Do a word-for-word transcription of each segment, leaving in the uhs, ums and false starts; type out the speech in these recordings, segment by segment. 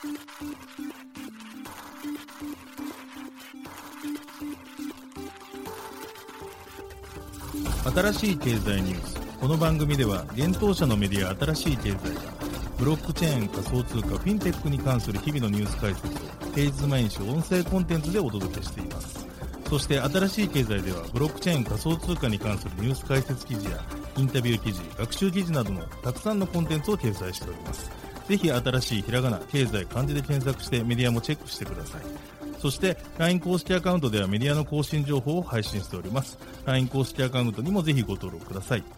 新しい経済ニュース。この番組では現当社のメディア新しい経済がブロックチェーン、仮想通貨、フィンテックに関する日々のニュース解説を平日毎日音声コンテンツでお届けしています。そして新しい経済ではブロックチェーン、仮想通貨に関するニュース解説記事やインタビュー記事、学習記事などのたくさんのコンテンツを掲載しております。ぜひ新しいひらがな、経済、漢字で検索してメディアもチェックしてください。そして ライン 公式アカウントではメディアの更新情報を配信しております。 ライン 公式アカウントにもぜひご登録ください。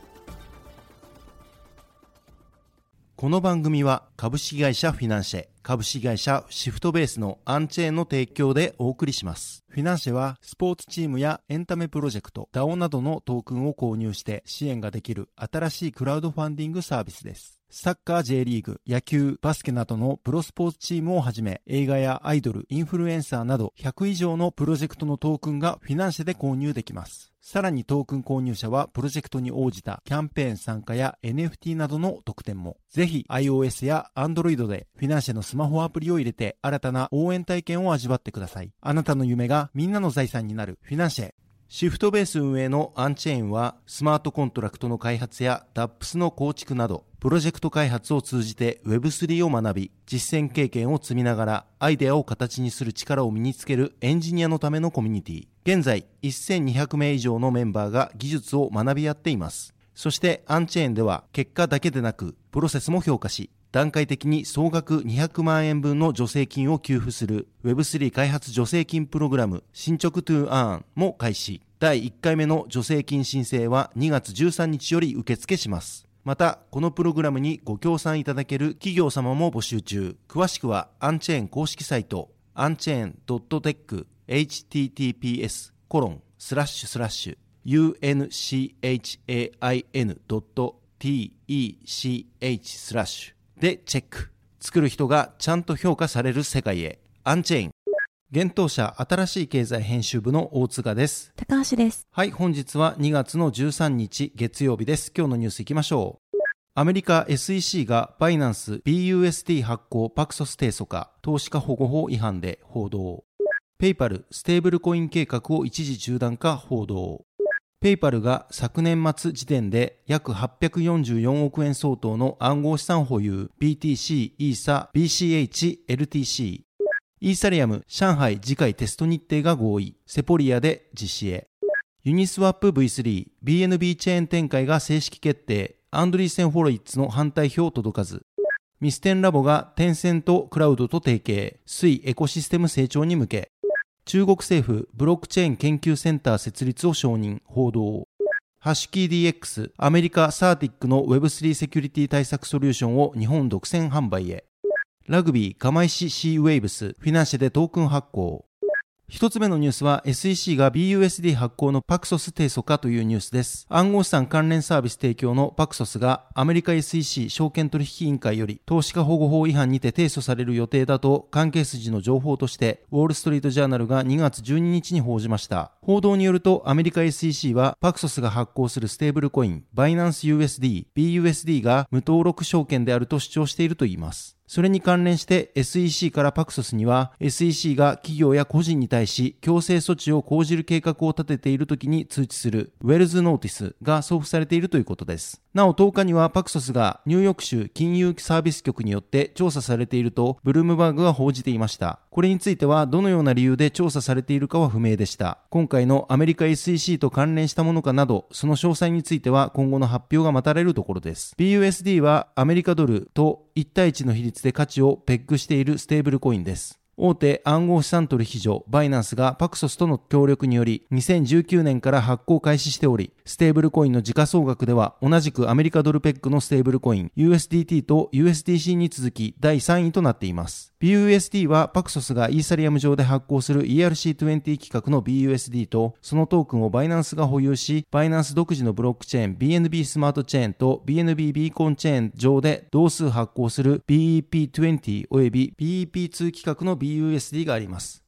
この番組は株式会社フィナンシェ、株式会社シフトベースのアンチェーンの提供でお送りします。フィナンシェはスポーツチームやエンタメプロジェクト、ダオ などのトークンを購入して支援ができる新しいクラウドファンディングサービスです。サッカー J リーグ、野球、バスケなどのプロスポーツチームをはじめ、映画やアイドル、インフルエンサーなどひゃく以上のプロジェクトのトークンがフィナンシェで購入できます。さらにトークン購入者はプロジェクトに応じたキャンペーン参加や エヌエフティー などの特典も。ぜひ iOS や Android でフィナンシェのスマホアプリを入れて新たな応援体験を味わってください。あなたの夢がみんなの財産になるフィナンシェ。シフトベース運営のアンチェーンはスマートコントラクトの開発や ダップス の構築などプロジェクト開発を通じて ウェブスリー を学び、実践経験を積みながらアイデアを形にする力を身につけるエンジニアのためのコミュニティ。現在せんにひゃくめい以上のメンバーが技術を学び合っています。そしてアンチェーンでは結果だけでなくプロセスも評価し、段階的に総額にひゃくまんえんぶんの助成金を給付する ウェブスリー 開発助成金プログラム進捗 to earn も開始。だいいっかいめの助成金申請はにがつじゅうさんにちより受付します。また、このプログラムにご協賛いただける企業様も募集中。詳しくはアンチェーン公式サイト アンチェーンドットテック エイチティーティーピーエス コロンスラッシュスラッシュ ユーエヌシーエイチエーアイエヌドットティーイーシーエイチ スラッシュでチェック。作る人がちゃんと評価される世界へ。アンチェーン。現当社新しい経済編集部の大塚です。 高橋です。 はい、本日はにがつのじゅうさんにち月曜日です。今日のニュースいきましょう。アメリカ エスイーシー がバイナンス ビーユーエスディー 発行パクソス提訴か、投資家保護法違反で報道。ペイパルステーブルコイン計画を一時中断か報道。ペイパルが昨年末時点で約はっぴゃくよんじゅうよんおくえん相当の暗号資産保有 ビーティーシー、イーサ、ビーシーエイチ、エルティーシー。イーサリアム上海次回テスト日程が合意。セポリアで実施へ。ユニスワップ ブイスリー、ビーエヌビー チェーン展開が正式決定。アンドリーセン・フォロイッツの反対票届かず。ミステンラボがテンセントクラウドと提携。推エコシステム成長に向け。中国政府ブロックチェーン研究センター設立を承認。報道。ハッシュキー ディーエックス、アメリカサーティックの ウェブスリー セキュリティ対策ソリューションを日本独占販売へ。ラグビー釜石シーウェイブスフィナンシェでトークン発行。一つ目のニュースは エスイーシー が ビーユーエスディー 発行のパクソス提訴かというニュースです。暗号資産関連サービス提供のパクソスがアメリカ エスイーシー 証券取引委員会より投資家保護法違反にて提訴される予定だと関係筋の情報としてウォールストリートジャーナルがにがつじゅうににちに報じました。報道によるとアメリカ エスイーシー はパクソスが発行するステーブルコインバイナンス ユーエスディー、ビーユーエスディー が無登録証券であると主張しているといいます。それに関連して エスイーシー からパクソスには エスイーシー が企業や個人に対し強制措置を講じる計画を立てているときに通知するウェルズノーティスが送付されているということです。なおとおかにはパクソスがニューヨーク州金融サービス局によって調査されているとブルームバーグが報じていました。これについてはどのような理由で調査されているかは不明でした。今回のアメリカ エスイーシー と関連したものかなどその詳細については今後の発表が待たれるところです。 ビーユーエスディー はアメリカドルといちたいいちの比率で価値をペッグしているステーブルコインです。大手暗号資産取引所バイナンスがパクソスとの協力によりにせんじゅうきゅうねんから発行開始しており、ステーブルコインの時価総額では同じくアメリカドルペッグのステーブルコイン ユーエスディーティー と ユーエスディーシー に続きだいさんいとなっています。ビーユーエスディー はパクソスがイーサリアム上で発行する イーアールシーにじゅう 規格の ビーユーエスディー とそのトークンをバイナンスが保有し、バイナンス独自のブロックチェーン ビーエヌビー スマートチェーンと ビーエヌビー ビーコンチェーン上で同数発行する ビーイーピーにじゅう および ビーイーピーツー 規格の ビーユーエスディー があります。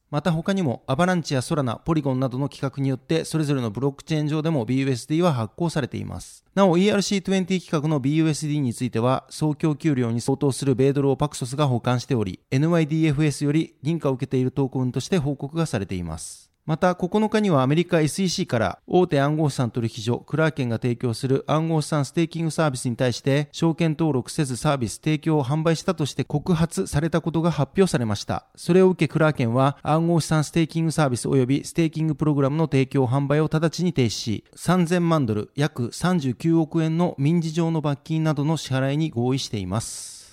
また他にもアバランチやソラナ、ポリゴンなどの規格によってそれぞれのブロックチェーン上でも ビーユーエスディー は発行されています。なお イーアールシーにじゅう 規格の ビーユーエスディー については総供給量に相当する米ドルをパクソスが保管しており エヌワイディーエフエス より認可を受けているトークンとして報告がされています。またここのかにはアメリカ エスイーシー から大手暗号資産取引所クラーケンが提供する暗号資産ステーキングサービスに対して証券登録せずサービス提供を販売したとして告発されたことが発表されました。それを受けクラーケンは暗号資産ステーキングサービス及びステーキングプログラムの提供販売を直ちに停止しさんぜんまんドル約さんじゅうきゅうおくえんの民事上の罰金などの支払いに合意しています。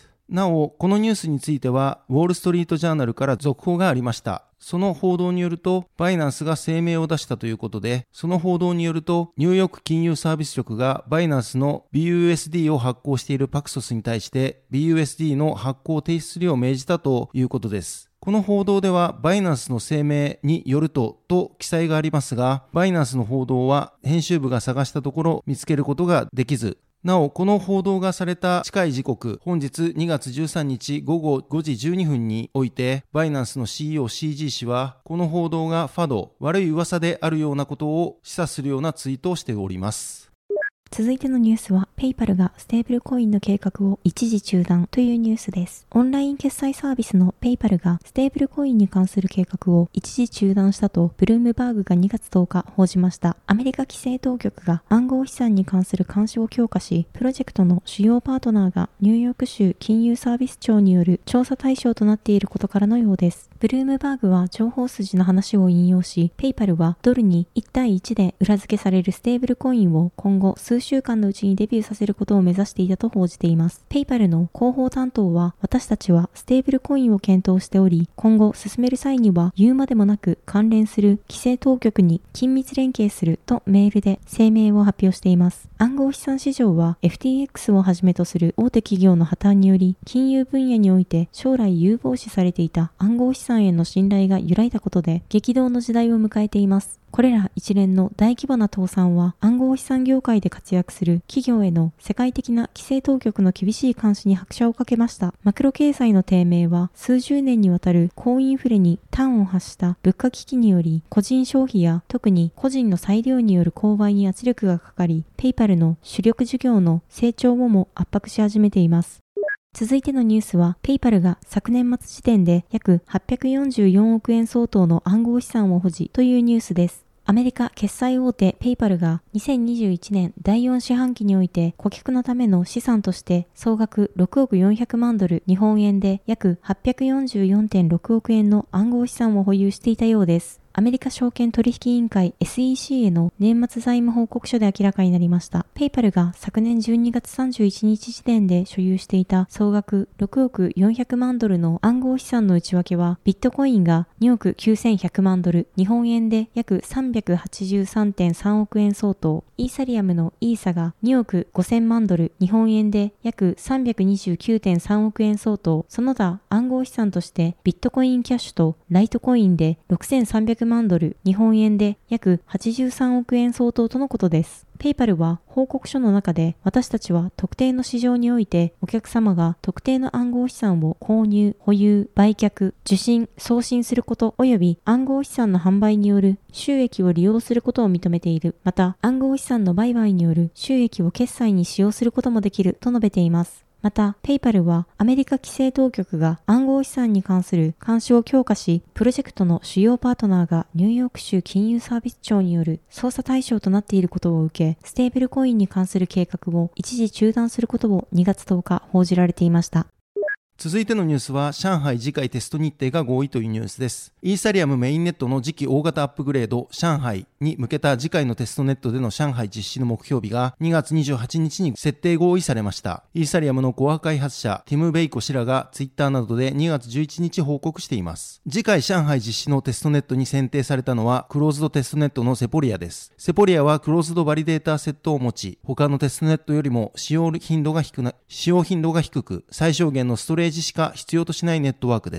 なおこのニュースについてはウォールストリートジャーナルから続報がありました。その報道によるとバイナンスが声明を出したということで、その報道によるとニューヨーク金融サービス局がバイナンスの ビーユーエスディー を発行しているパクソスに対して ビーユーエスディー の発行を停止するよう命じたということです。この報道ではバイナンスの声明によるとと記載がありますが、バイナンスの報道は編集部が探したところ見つけることができず、なおこの報道がされた近い時刻、本日にがつじゅうさんにちごごごじじゅうにふんにおいてバイナンスの シーイーオー シージー 氏はこの報道がファド、悪い噂であるようなことを示唆するようなツイートをしております。 続いてのニュースは、ペイパルがステーブルコインの計画を一時中断というニュースです。オンライン決済サービスのペイパルがステーブルコインに関する計画を一時中断したと、ブルームバーグがにがつとおか報じました。アメリカ規制当局が暗号資産に関する監視を強化し、プロジェクトの主要パートナーがニューヨーク州金融サービス庁による調査対象となっていることからのようです。ブルームバーグは情報筋の話を引用し、ペイパルはドルにいちたいいちで裏付けされるステーブルコインを今後数週間のうちにデビューさせることを目指していたと報じています。ペイパルの広報担当は、私たちはステーブルコインを検討しており、今後進める際には言うまでもなく関連する規制当局に緊密連携するとメールで声明を発表しています。暗号資産市場は エフティーエックス をはじめとする大手企業の破綻により、金融分野において将来有望視されていた暗号資産への信頼が揺らいだことで激動の時代を迎えています。これら一連の大規模な倒産は暗号資産業界で活躍する企業への世界的な規制当局の厳しい監視に拍車をかけました。マクロ経済の低迷は数十年にわたる高インフレに端を発した物価危機により、個人消費や特に個人の裁量による購買に圧力がかかり、ペイパルの主力事業の成長をも圧迫し始めています。続いてのニュースは、ペイパルが昨年末時点で約はっぴゃくよんじゅうよんおくえん相当の暗号資産を保持というニュースです。アメリカ決済大手ペイパルがにせんにじゅういちねんだいよん四半期において顧客のための資産として総額ろくおくよんひゃくまんドル日本円で約 はっぴゃくよんじゅうよんてんろくおくえんの暗号資産を保有していたようです。アメリカ証券取引委員会 エスイーシー への年末財務報告書で明らかになりました。ペイパルが昨年じゅうにがつさんじゅういちにち時点で所有していた総額ろくおくよんひゃくまんドルの暗号資産の内訳は、ビットコインがにおくきゅうせんひゃくまんドル、日本円で約 さんびゃくはちじゅうさんてんさんおくえん相当、イーサリアムのイーサがにおくごせんまんドル、日本円で約 さんびゃくにじゅうきゅうてんさんおくえん相当、その他暗号資産としてビットコインキャッシュとライトコインでろくせんさんびゃくまんドル、日本円で約はちじゅうさんおくえん相当とのことです。ペイパルは報告書の中で、私たちは特定の市場においてお客様が特定の暗号資産を購入、保有、売却、受信、送信すること及び暗号資産の販売による収益を利用することを認めている。また暗号資産の売買による収益を決済に使用することもできると述べています。また、ペイパルはアメリカ規制当局が暗号資産に関する監視を強化し、プロジェクトの主要パートナーがニューヨーク州金融サービス庁による捜査対象となっていることを受け、ステーブルコインに関する計画を一時中断することをにがつとおか報じられていました。 続いてのニュースは、上海次回テスト日程が合意というニュースです。イーサリアムメインネットの次期大型アップグレード、上海に向けた次回のテストネットでの上海実施の目標日がにがつにじゅうはちにちに設定合意されました。イーサリアムのコア開発者、ティム・ベイコ氏らがツイッターなどでにがつじゅういちにち報告しています。次回上海実施のテストネットに選定されたのは、クローズドテストネットのセポリアです。セポリアはクローズドバリデータセットを持ち、他のテストネットよりも使用頻度が低くな、使用頻度が低く、最小限のストレージしか必要としないネットワークです。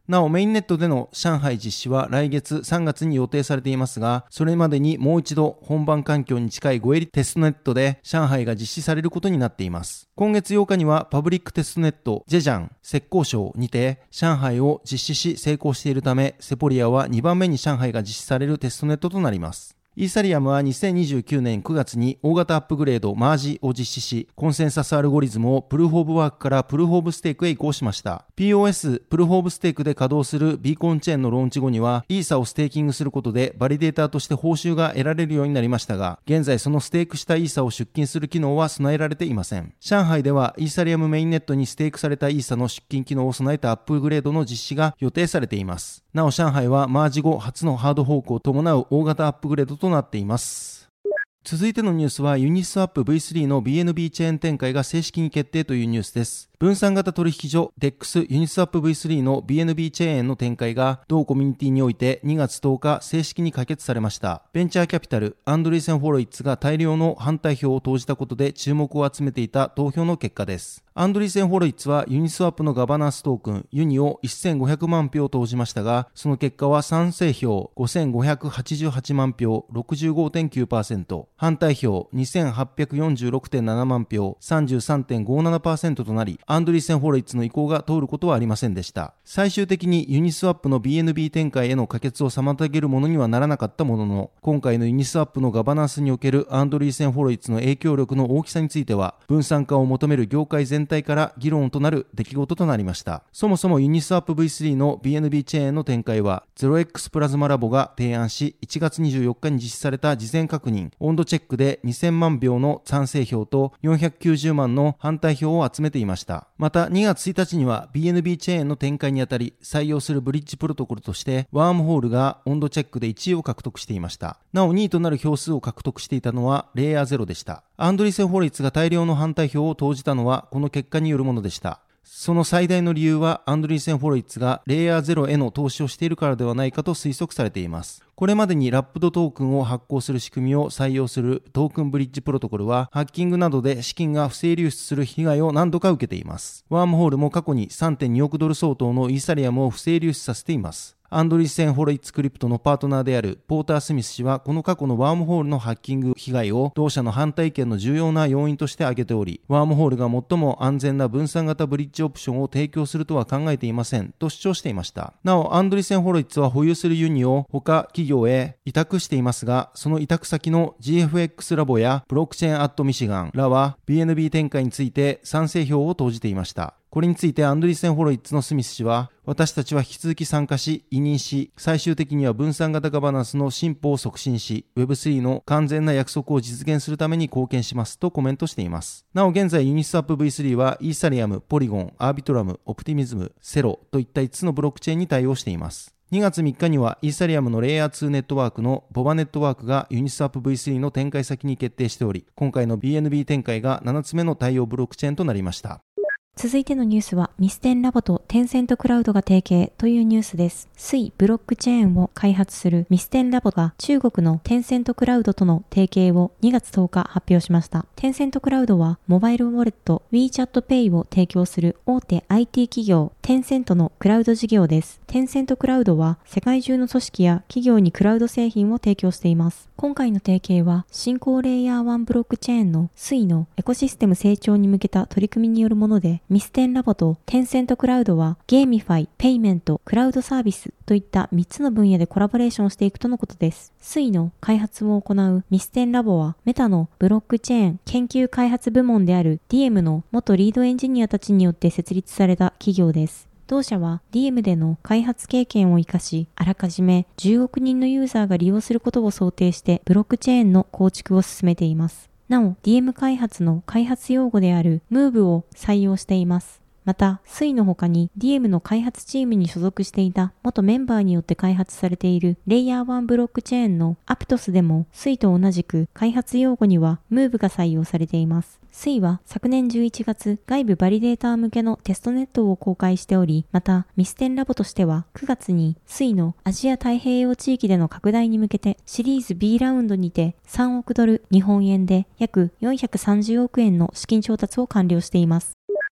なおメインネットでの上海実施は来月さんがつに予定されていますが、それまでにもう一度本番環境に近いごエリテストネットで上海が実施されることになっています。今月ようかにはパブリックテストネットジェジャン浙江省にて上海を実施し成功しているため、セポリアはにばんめに上海が実施されるテストネットとなります。イーサリアムはにせんにじゅうきゅうねんくがつに大型アップグレードマージを実施し、コンセンサスアルゴリズムをプルーフオブワークからプルーフオブステークへ移行しました。ピーオーエス プルーフオブステークで稼働するビーコンチェーンのローンチ後にはイーサをステーキングすることでバリデーターとして報酬が得られるようになりましたが、現在そのステークしたイーサを出金する機能は備えられていません。上海ではイーサリアムメインネットにステークされたイーサの出金機能を備えたアップグレードの実施が予定されています。なお上海はマージ後初のハードフォークを伴う大型アップグレードとなっています。続いてのニュースはユニスワップ ブイスリー の ビーエヌビー チェーン展開が正式に決定というニュースです。分散型取引所 デックス ユニスワップ ブイスリー の ビーエヌビー チェーンへの展開が同コミュニティにおいてにがつとおか正式に可決されました。ベンチャーキャピタルアンドリーセン・フォロイッツが大量の反対票を投じたことで注目を集めていた投票の結果です。アンドリーセン・フォロイッツはユニスワップのガバナンストークンユニをせんごひゃくまんひょう投じましたが、その結果は賛成票ごせんごひゃくはちじゅうはちまんひょう ろくじゅうごてんきゅうパーセント、反対票にせんはっぴゃくよんじゅうろくてんななまんひょう さんじゅうさんてんごななパーセント となり、アンドリーセン・フォロイッツの意向が通ることはありませんでした。最終的にユニスワップの ビーエヌビー 展開への可決を妨げるものにはならなかったものの、今回のユニスワップのガバナンスにおけるアンドリーセン・フォロイッツの影響力の大きさについては、分散化を求める業界全体から議論となる出来事となりました。そもそもユニスワップ ブイスリー の ビーエヌビー チェーンの展開は ゼロエックス プラズマラボが提案し、いちがつにじゅうよっかに実施された事前確認温度チェックでにせんまんひょうの賛成票とよんひゃくきゅうじゅうまんの反対票を集めていました。またにがつついたちには ビーエヌビー チェーンの展開にあたり採用するブリッジプロトコルとしてワームホールが温度チェックでいちいを獲得していました。なおにいとなる票数を獲得していたのはレイヤーゼロでした。アンドリーセン・フォロイッツが大量の反対票を投じたのはこの結果によるものでした。その最大の理由はアンドリーセン・フォロイッツがレイヤーゼロへの投資をしているからではないかと推測されています。これまでにラップドトークンを発行する仕組みを採用するトークンブリッジプロトコルはハッキングなどで資金が不正流出する被害を何度か受けています。ワームホールも過去に さんてんにおくドル相当のイーサリアムを不正流出させています。アンドリーセン・フォロイッツクリプトのパートナーであるポーター・スミス氏はこの過去のワームホールのハッキング被害を同社の反対意見の重要な要因として挙げており、ワームホールが最も安全な分散型ブリッジオプションを提供するとは考えていませんと主張していました。なおアンドリーセン・フォロイッツは保有するユニを他企業へ委託していますが、その委託先の ジーエフエックス ラボやブロックチェーンアットミシガンらは ビーエヌビー 展開について賛成票を投じていました。これについてアンドリーセン・フォロイッツのスミス氏は、私たちは引き続き参加し、委任し、最終的には分散型ガバナンスの進歩を促進し、ウェブスリー の完全な約束を実現するために貢献しますとコメントしています。なお現在ユニスワップ ブイスリー はイーサリアム、ポリゴン、アービトラム、オプティミズム、セロといったいつつのブロックチェーンに対応しています。にがつみっかにはイーサリアムのレイヤーツーネットワークのボバネットワークがユニスワップ ブイスリー の展開先に決定しており、今回の ビーエヌビー 展開がななつめの対応ブロックチェーンとなりました。 続いてのニュースはミステンラボとテンセントクラウドが提携というニュースです。水ブロックチェーンを開発するミステンラボが中国のテンセントクラウドとの提携をにがつとおか発表しました。テンセントクラウドはモバイルウォレット WeChat Pay を提供する大手 アイティー 企業テンセントのクラウド事業です。テンセントクラウドは世界中の組織や企業にクラウド製品を提供しています。今回の提携は新興レイヤーワンブロックチェーンの水のエコシステム成長に向けた取り組みによるもので、ミステンラボとテンセントクラウドはゲーミファイ、ペイメント、クラウドサービスといったみっつの分野でコラボレーションしていくとのことです。水の開発を行うミステンラボはメタのブロックチェーン研究開発部門である ディーエム の元リードエンジニアたちによって設立された企業です。同社は ディーエム での開発経験を生かし、あらかじめじゅうおくにんのユーザーが利用することを想定してブロックチェーンの構築を進めています。なお ディーエム 開発の開発用語である ムーブ を採用しています。また、水の他に ディーエム の開発チームに所属していた元メンバーによって開発されているレイヤーワンブロックチェーンのアプトスでも水と同じく開発用語には ムーブ が採用されています。水は昨年じゅういちがつ外部バリデーター向けのテストネットを公開しており、またミステンラボとしてはくがつに水のアジア太平洋地域での拡大に向けてシリーズ ビー ラウンドにてさんおくドル日本円で約よんひゃくさんじゅうおくえんの資金調達を完了しています。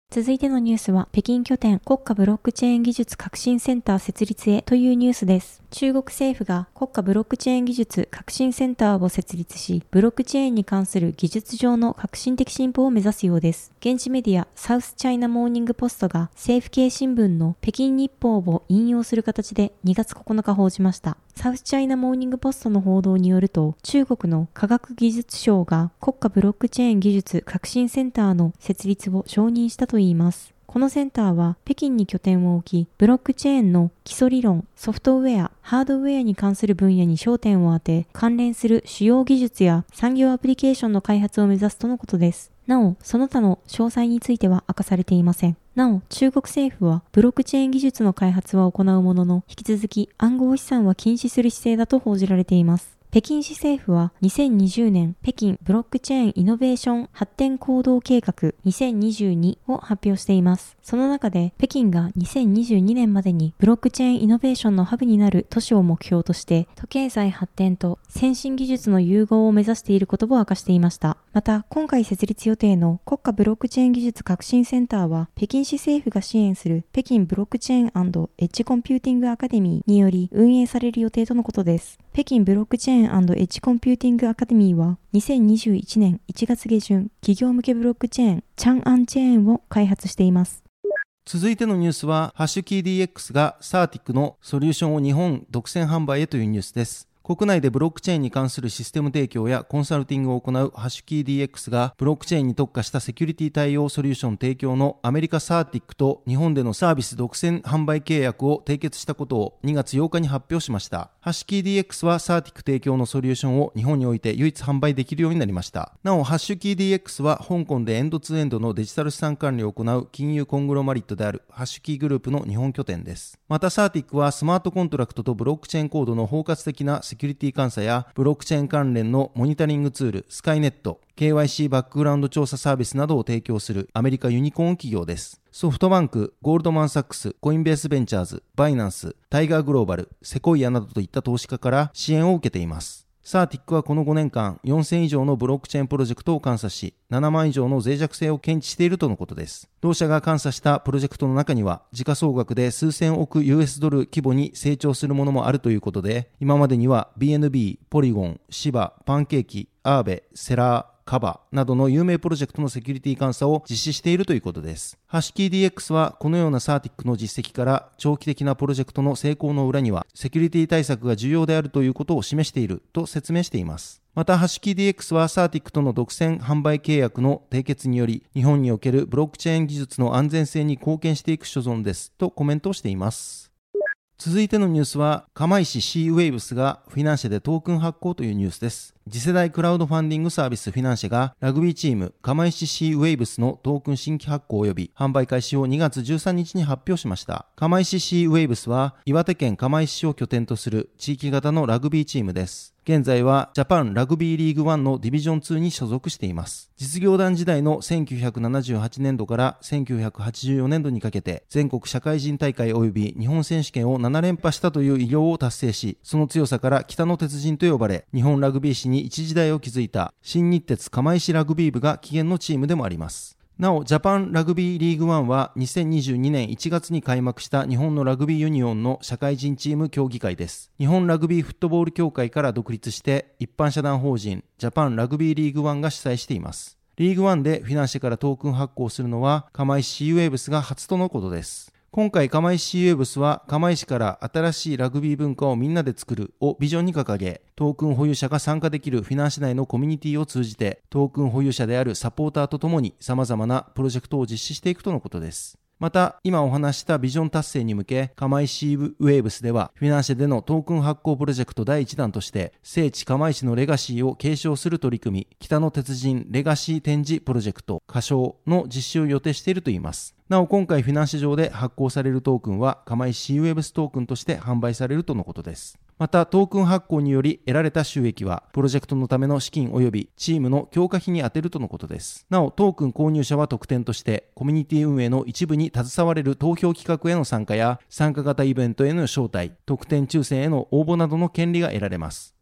続いてのニュースは、北京拠点国家ブロックチェーン技術革新センター設立へというニュースです。中国政府が国家ブロックチェーン技術革新センターを設立し、ブロックチェーンに関する技術上の革新的進歩を目指すようです。現地メディアサウスチャイナモーニングポストが政府系新聞の北京日報を引用する形でにがつここのか報じました。サウスチャイナモーニングポストの報道によると、中国の科学技術省が国家ブロックチェーン技術革新センターの設立を承認したといいます。このセンターは北京に拠点を置き、ブロックチェーンの基礎理論、ソフトウェア、ハードウェアに関する分野に焦点を当て、関連する主要技術や産業アプリケーションの開発を目指すとのことです。なお、その他の詳細については明かされていません。なお、中国政府はブロックチェーン技術の開発は行うものの、引き続き暗号資産は禁止する姿勢だと報じられています。北京市政府はにせんにじゅうねん北京ブロックチェーンイノベーション発展行動計画にせんにじゅうにを発表しています。その中で北京がにせんにじゅうにねんまでにブロックチェーンイノベーションのハブになる都市を目標として、都経済発展と先進技術の融合を目指していることを明かしていました。また、今回設立予定の国家ブロックチェーン技術革新センターは、北京市政府が支援する北京ブロックチェーン&エッジコンピューティングアカデミーにより運営される予定とのことです。北京ブロックチェーン&エッジコンピューティングアカデミーはにせんにじゅういちねんいちがつげじゅん、企業向けブロックチェーンチャンアンチェーンを開発しています。 続いてのニュースは、ハッシュキー ディーエックス が サーティック のソリューションを日本独占販売へというニュースです。国内でブロックチェーンに関するシステム提供やコンサルティングを行うハッシュキー ディーエックス がブロックチェーンに特化したセキュリティ対応ソリューション提供のアメリカサーティックと日本でのサービス独占販売契約を締結したことをにがつようかに発表しました。ハッシュキー ディーエックス はサーティック提供のソリューションを日本において唯一販売できるようになりました。なお、ハッシュキー ディーエックス は香港でエンドツーエンドのデジタル資産管理を行う金融コングロマリットであるハッシュキーグループの日本拠点です。また、サーティックはスマートコントラクトとブロックチェーンコードの包括的なセキュリティ監査やブロックチェーン関連のモニタリングツールスカイネット、ケーワイシー バックグラウンド調査サービスなどを提供するアメリカユニコーン企業です。ソフトバンク、ゴールドマンサックス、コインベースベンチャーズ、バイナンス、タイガーグローバル、セコイアなどといった投資家から支援を受けています。サーティックはこのごねんかんよんせんいじょうのブロックチェーンプロジェクトを監査し、ななまんいじょうの脆弱性を検知しているとのことです。同社が監査したプロジェクトの中には、時価総額で数千億 ユーエス ドル規模に成長するものもあるということで、今までには ビーエヌビー、ポリゴン、シバ、パンケーキ、アーベ、セラー、カバなどの有名プロジェクトのセキュリティ監査を実施しているということです。ハッシュキー ディーエックス はこのようなサーティックの実績から長期的なプロジェクトの成功の裏にはセキュリティ対策が重要であるということを示していると説明しています。また、ハッシュキー ディーエックス はサーティックとの独占販売契約の締結により日本におけるブロックチェーン技術の安全性に貢献していく所存ですとコメントをしています。続いてのニュースは、釜石 C ウェイブスがフィナンシェでトークン発行というニュースです。次世代クラウドファンディングサービスフィナンシェがラグビーチーム釜石 C ウェイブスのトークン新規発行及び販売開始をにがつじゅうさんにちに発表しました。釜石 C ウェイブスは岩手県釜石市を拠点とする地域型のラグビーチームです。現在はジャパンラグビーリーグワンのディビジョンツーに所属しています。実業団時代のせんきゅうひゃくななじゅうはちねんどからせんきゅうひゃくはちじゅうよねんどにかけて全国社会人大会及び日本選手権をななれんぱしたという偉業を達成し、その強さから北の鉄人と呼ばれ、日本ラグビー史に一時代を築いた新日鉄釜石ラグビー部が起源のチームでもあります。なお、ジャパンラグビーリーグワンはにせんにじゅうにねんいちがつに開幕した日本のラグビーユニオンの社会人チーム協議会です。日本ラグビーフットボール協会から独立して一般社団法人ジャパンラグビーリーグワンが主催しています。リーグワンでフィナンシェからトークン発行するのは釜石 C ウェイブスが初とのことです。今回釜石 C ウェイブスは釜石から新しいラグビー文化をみんなで作るをビジョンに掲げ、トークン保有者が参加できるフィナンシェ内のコミュニティを通じてトークン保有者であるサポーターとともに様々なプロジェクトを実施していくとのことです。また、今お話したビジョン達成に向け、釜石 C ウェイブスではフィナンシェでのトークン発行プロジェクトだいいちだんとして聖地釜石のレガシーを継承する取り組み、北の鉄人レガシー展示プロジェクト歌唱の実施を予定しているといいます。なお、今回フィナンシェ上で発行されるトークンは釜石 C ウェイブストークンとして販売されるとのことです。また、トークン発行により得られた収益はプロジェクトのための資金及びチームの強化費に充てるとのことです。なお、トークン購入者は特典としてコミュニティ運営の一部に携われる投票企画への参加や参加型イベントへの招待、特典抽選への応募などの権利が得られます。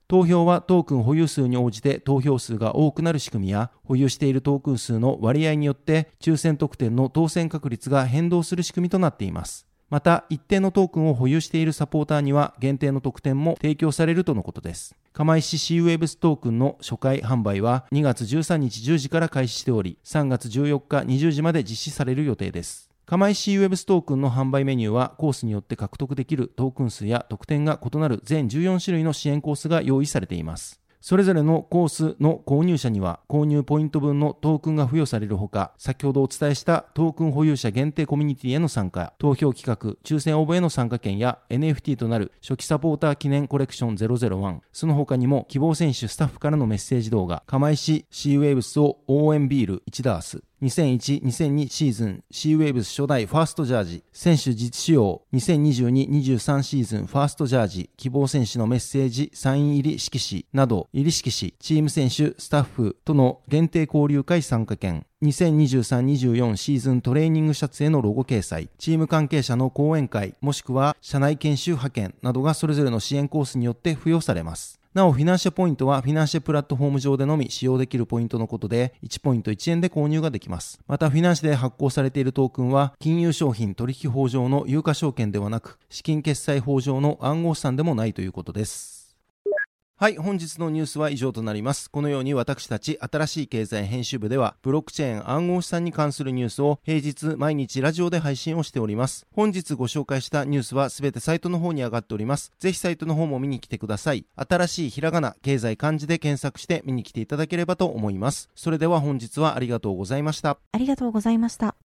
投票はトークン保有数に応じて投票数が多くなる仕組みや、保有しているトークン数の割合によって抽選特典の当選確率が変動する仕組みとなっています。また、一定のトークンを保有しているサポーターには限定の特典も提供されるとのことです。釜石 シーウェーブス トークンの初回販売はにがつじゅうさんにちじゅうじから開始しており、さんがつじゅうよっかにじゅうじまで実施される予定です。釜石 シーウェーブス トークンの販売メニューはコースによって獲得できるトークン数や特典が異なる全じゅうよんしゅるいの支援コースが用意されています。それぞれのコースの購入者には購入ポイント分のトークンが付与されるほか、先ほどお伝えしたトークン保有者限定コミュニティへの参加、投票企画、抽選応募への参加券や エヌエフティー となる初期サポーター記念コレクションゼロゼロワン、その他にも希望選手スタッフからのメッセージ動画、釜石 シーウェーブス を応援ビールいちダース、にせんいち、にせんにシーズン シーウェーブス 初代ファーストジャージ、選手実使用 にせんにじゅうに、にじゅうさんシーズンファーストジャージ、希望選手のメッセージ、サイン入り色紙など、入り色紙、チーム選手、スタッフとの限定交流会参加券、にせんにじゅうさん、にじゅうよんシーズントレーニングシャツへのロゴ掲載、チーム関係者の講演会、もしくは社内研修派遣などがそれぞれの支援コースによって付与されます。なお、フィナンシェポイントはフィナンシェプラットフォーム上でのみ使用できるポイントのことで、いちポイントいちえんで購入ができます。また、フィナンシェで発行されているトークンは、金融商品取引法上の有価証券ではなく、資金決済法上の暗号資産でもないということです。はい、本日のニュースは以上となります。このように私たち新しい経済編集部では、ブロックチェーン暗号資産に関するニュースを平日毎日ラジオで配信をしております。本日ご紹介したニュースはすべてサイトの方に上がっております。ぜひサイトの方も見に来てください。新しいひらがな、経済漢字で検索して見に来ていただければと思います。それでは本日はありがとうございました。 ありがとうございました。